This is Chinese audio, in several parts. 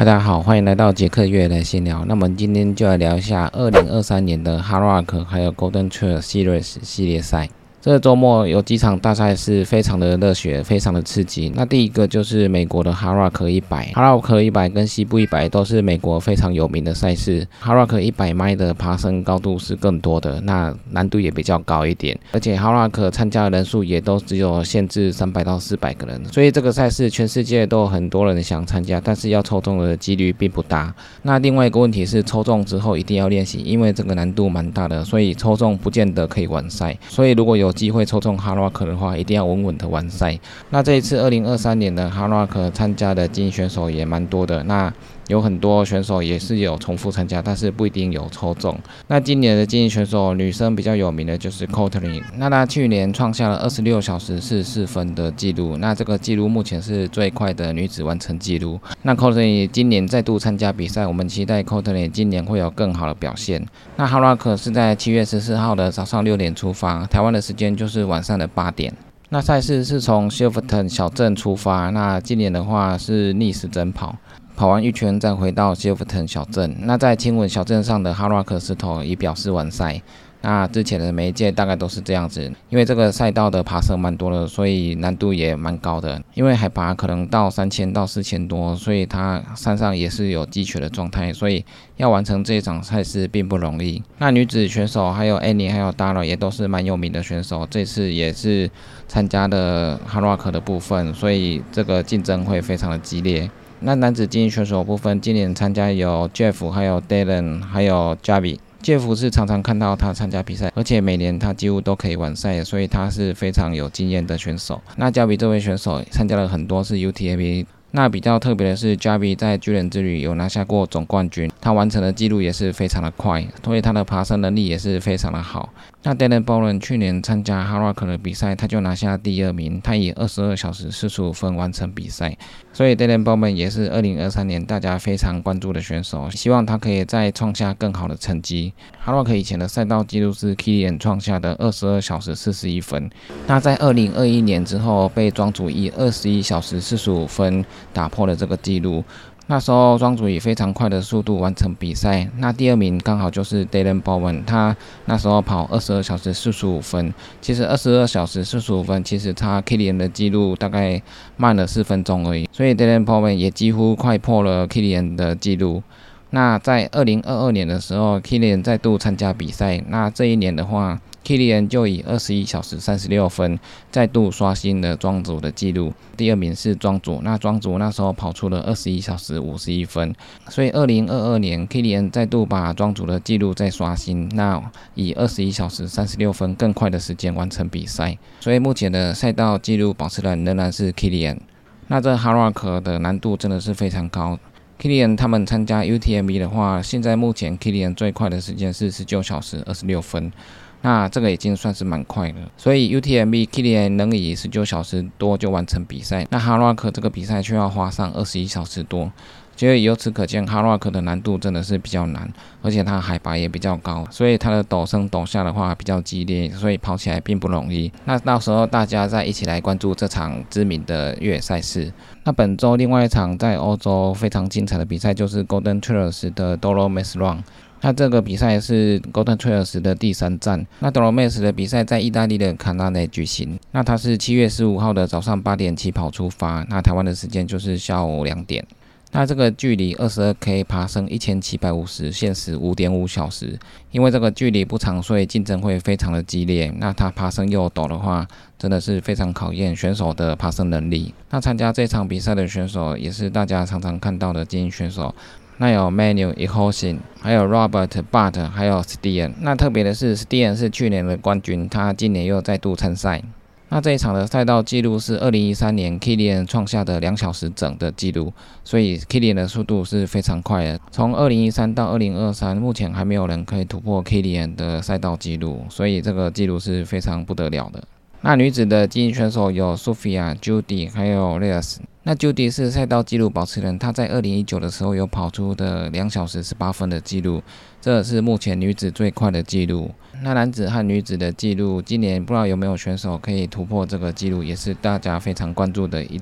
大家好，欢迎来到杰克越来闲聊。那么今天就来聊一下2023年的 Hard Rock 还有 Golden Trail Series 系列赛。这个周末有几场大赛是非常的热血，非常的刺激。那第一个就是美国的 Hard Rock 100，Hard Rock 100跟西部100都是美国非常有名的赛事。Hard Rock 100迈的爬升高度是更多的，那难度也比较高一点，而且 Hard Rock 参加的人数也都只有限制300到400个人，所以这个赛事全世界都有很多人想参加，但是要抽中的几率并不大。那另外一个问题是抽中之后一定要练习，因为这个难度蛮大的，所以抽中不见得可以完赛。所以如果有机会抽中 Hard Rock 的话，一定要稳稳的完赛。那这一次2023年的 Hard Rock 参加的精英选手也蛮多的，那有很多选手也是有重复参加，但是不一定有抽中。那今年的精英选手女生比较有名的就是 Courtney， 那她去年创下了26小时44分的纪录，那这个纪录目前是最快的女子完成纪录。那 Courtney 今年再度参加比赛，我们期待 Courtney 今年会有更好的表现。那 Hard Rock 是在7月14号的早上6点出发，台湾的时间就是晚上的8点。那赛事是从 Silverton 小镇出发，那今年的话是逆时针跑。跑完一圈再回到 Silverton 小镇，那在亲吻小镇上的 Hard Rock 石头以表示完赛。那之前的每一届大概都是这样子，因为这个赛道的爬升蛮多的，所以难度也蛮高的。因为海拔可能到3000到4000多，所以它山上也是有积雪的状态，所以要完成这一场赛事并不容易。那女子选手还有 Annie 还有 Dara 也都是蛮有名的选手，这次也是参加的 Hard Rock 的部分，所以这个竞争会非常的激烈。那男子精英选手部分，今年参加有 Jeff 还有 Dylan 还有 Javi。Jeff 是常常看到他参加比赛，而且每年他几乎都可以完赛，所以他是非常有经验的选手。那 Javi 这位选手参加了很多次 UTMB， 那比较特别的是 Javi 在巨人之旅有拿下过总冠军，他完成的纪录也是非常的快，所以他的爬升能力也是非常的好。那 Dylan Boland 去年参加 Hard Rock 的比赛，他就拿下第2名，他以22小时45分完成比赛，所以 Dylan Boland 也是2023年大家非常关注的选手，希望他可以再创下更好的成绩。Hard Rock 以前的赛道纪录是 Kilian 创下的22小时41分，那在2021年之后被庄主以21小时45分打破了这个纪录。那时候庄主以非常快的速度完成比赛，那第2名刚好就是 Dylan Bowen， 他那时候跑22小时45分，其实22小时45分其实差 Kilian 的纪录大概慢了4分钟而已，所以 Dylan Bowen 也几乎快破了 Kilian 的纪录。那在2022年的时候 Kilian 再度参加比赛，那这一年的话Kilian 就以21小时36分再度刷新了庄主的纪录，第2名是庄主，那庄主那时候跑出了21小时51分，所以2022年 Kilian 再度把庄主的纪录再刷新，那以21小时36分更快的时间完成比赛，所以目前的赛道纪录保持人仍然是 Kilian。 那这 Hard Rock 的难度真的是非常高。Kilian 他们参加 UTMB 的话，现在目前 Kilian 最快的时间是19小时26分，那这个已经算是蛮快了，所以 UTMB Kilian 能以19小时多就完成比赛，那 Hard Rock 这个比赛却要花上21小时多，所以由此可见 Hard Rock 的难度真的是比较难，而且它海拔也比较高，所以它的陡升陡下的话比较激烈，所以跑起来并不容易。那到时候大家再一起来关注这场知名的越野赛事。那本周另外一场在欧洲非常精彩的比赛就是 Golden Trails 的 Dolomites Run，那这个比赛是 Golden Trails 的第3站，那 Dolomites 的比赛在意大利的卡纳内举行，那它是7月15号的早上8点起跑出发，那台湾的时间就是下午2点。那这个距离 22K 爬升1750，限时 5.5 小时，因为这个距离不长，所以竞争会非常的激烈，那它爬升又陡的话，真的是非常考验选手的爬升能力。那参加这场比赛的选手也是大家常常看到的精英选手，那有 Manuel Ihosin， 还有 Robert Butt， 还有 Stian。 那特别的是 Stian 是去年的冠军，他今年又再度参赛。那这一场的赛道纪录是2013年 Kilian 创下的2小时整的纪录，所以 Kilian 的速度是非常快的。从2013到2023，目前还没有人可以突破 Kilian 的赛道纪录，所以这个纪录是非常不得了的。那女子的精英选手有 Sophia、Judy 还有 Leas。那 Judy 是赛道纪录保持人，她在2019的时候有跑出的2小时18分的纪录，这是目前女子最快的纪录。那男子和女子的纪录，今年不知道有没有选手可以突破这个纪录，也是大家非常关注的一点。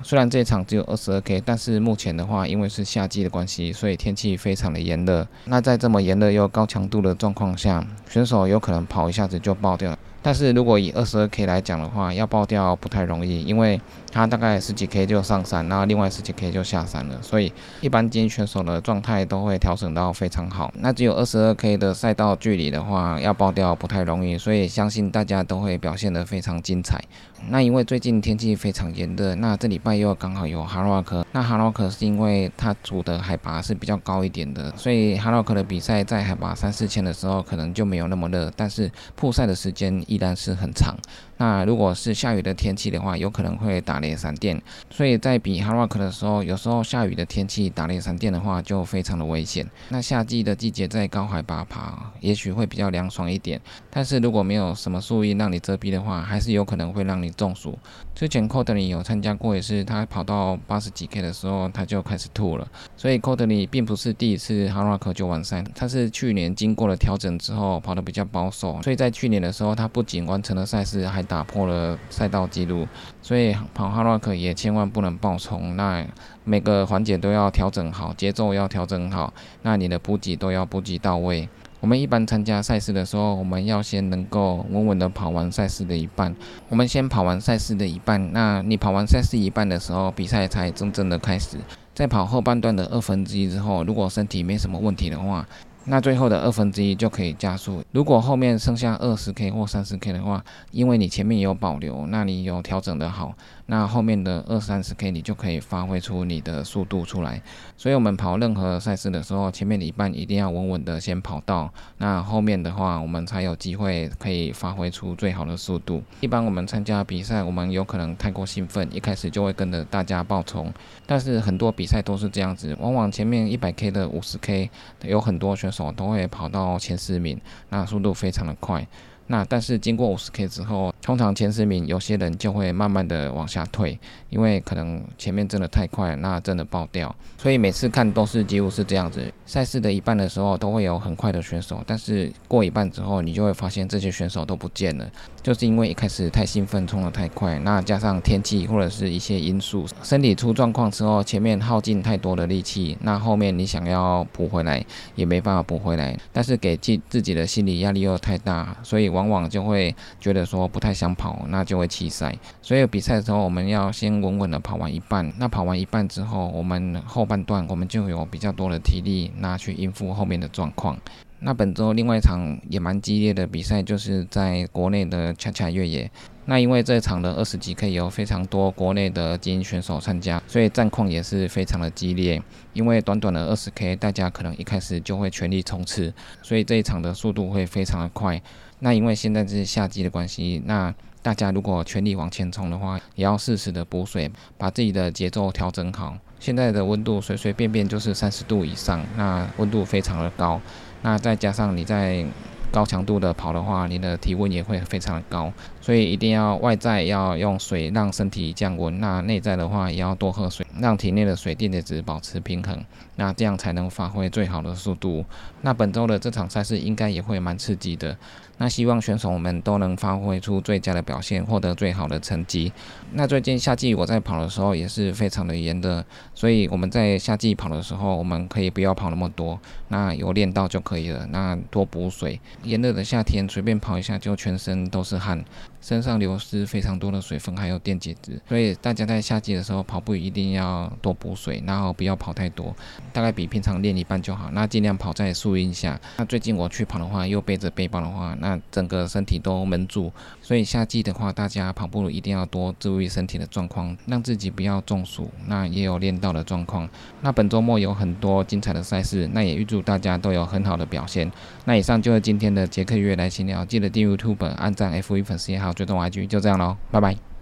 虽然这一场只有 22K， 但是目前的话，因为是夏季的关系，所以天气非常的炎热。那在这么炎热又高强度的状况下，选手有可能跑一下子就爆掉。但是如果以 22K 来讲的话，要爆掉不太容易，因为它大概10几 K 就上山，然后另外10几 K 就下山了，所以一般精英选手的状态都会调整到非常好。那只有 22K 的赛道距离的话，要爆掉不太容易，所以相信大家都会表现得非常精彩。那因为最近天气非常炎热，那这礼拜又刚好有 Hard Rock， 那 Hard Rock 是因为它组的海拔是比较高一点的，所以 Hard Rock 的比赛在海拔3、4千的时候可能就没有那么热，但是曝晒的时间依然是很长。那如果是下雨的天气的话，有可能会打雷闪电，所以在比 Hard Rock 的时候，有时候下雨的天气打雷闪电的话就非常的危险。那夏季的季节在高海拔爬，也许会比较凉爽一点，但是如果没有什么树荫让你遮蔽的话，还是有可能会让你中暑。之前 Courtney 有参加过，也是他跑到80几 K 的时候，他就开始吐了。所以 Courtney 并不是第一次 Hard Rock 就完赛，他是去年经过了调整之后跑得比较保守，所以在去年的时候，他不仅完成了赛事，还打破了赛道纪录。所以跑 Hard Rock 也千万不能爆冲，那每个环节都要调整好，节奏要调整好，那你的补给都要补给到位。我们一般参加赛事的时候，我们要先能够稳稳的跑完赛事的一半。我们先跑完赛事的一半，那你跑完赛事一半的时候，比赛才真正的开始。在跑后半段的1/2之后，如果身体没什么问题的话，那最后的1/2就可以加速。如果后面剩下20K 或30K 的话，因为你前面有保留，那你有调整的好，那后面的20-30K 你就可以发挥出你的速度出来。所以我们跑任何赛事的时候，前面的一半一定要稳稳的先跑到，那后面的话我们才有机会可以发挥出最好的速度。一般我们参加比赛，我们有可能太过兴奋，一开始就会跟着大家爆冲，但是很多比赛都是这样子，往往前面100K 的50K 有很多选手都会跑到前10名，那速度非常的快。那但是经过50K 之后，通常前10名有些人就会慢慢的往下退，因为可能前面真的太快了，那真的爆掉。所以每次看都是几乎是这样子，赛事的一半的时候都会有很快的选手，但是过一半之后，你就会发现这些选手都不见了，就是因为一开始太兴奋，冲得太快，那加上天气或者是一些因素，身体出状况之后，前面耗尽太多的力气，那后面你想要补回来也没办法补回来，但是给自己的心理压力又太大，所以往往就会觉得说不太想跑，那就会弃赛。所以比赛的时候，我们要先稳稳的跑完一半。那跑完一半之后，我们后半段我们就有比较多的体力，拿去应付后面的状况。那本周另外一场也蛮激烈的比赛，就是在国内的恰恰越野。那因为这场的20几 K 有非常多国内的精英选手参加，所以战况也是非常的激烈。因为短短的20K， 大家可能一开始就会全力冲刺，所以这一场的速度会非常的快。那因为现在是夏季的关系，那大家如果全力往前冲的话，也要适时的补水，把自己的节奏调整好。现在的温度随随便便就是30度以上，那温度非常的高，那再加上你在高强度的跑的话，你的体温也会非常的高，所以一定要外在要用水让身体降温，那内在的话也要多喝水，让体内的水电解质保持平衡，那这样才能发挥最好的速度。那本周的这场赛事应该也会蛮刺激的，那希望选手们都能发挥出最佳的表现，获得最好的成绩。那最近夏季我在跑的时候也是非常的炎热，所以我们在夏季跑的时候，我们可以不要跑那么多，那有练到就可以了，那多补水。炎热的夏天随便跑一下就全身都是汗，身上流失非常多的水分还有电解质，所以大家在夏季的时候跑步一定要多补水，然后不要跑太多，大概比平常练一半就好，那尽量跑在树荫下。那最近我去跑的话，又背着背包的话，那整个身体都闷住，所以夏季的话，大家跑步一定要多注意身体的状况，让自己不要中暑，那也有练到的状况。那本周末有很多精彩的赛事，那也预祝大家都有很好的表现。那以上就是今天的杰克约来闲聊，记得订阅 YouTube、按赞 FB 粉丝也好，追踪 IG，就这样咯，拜拜。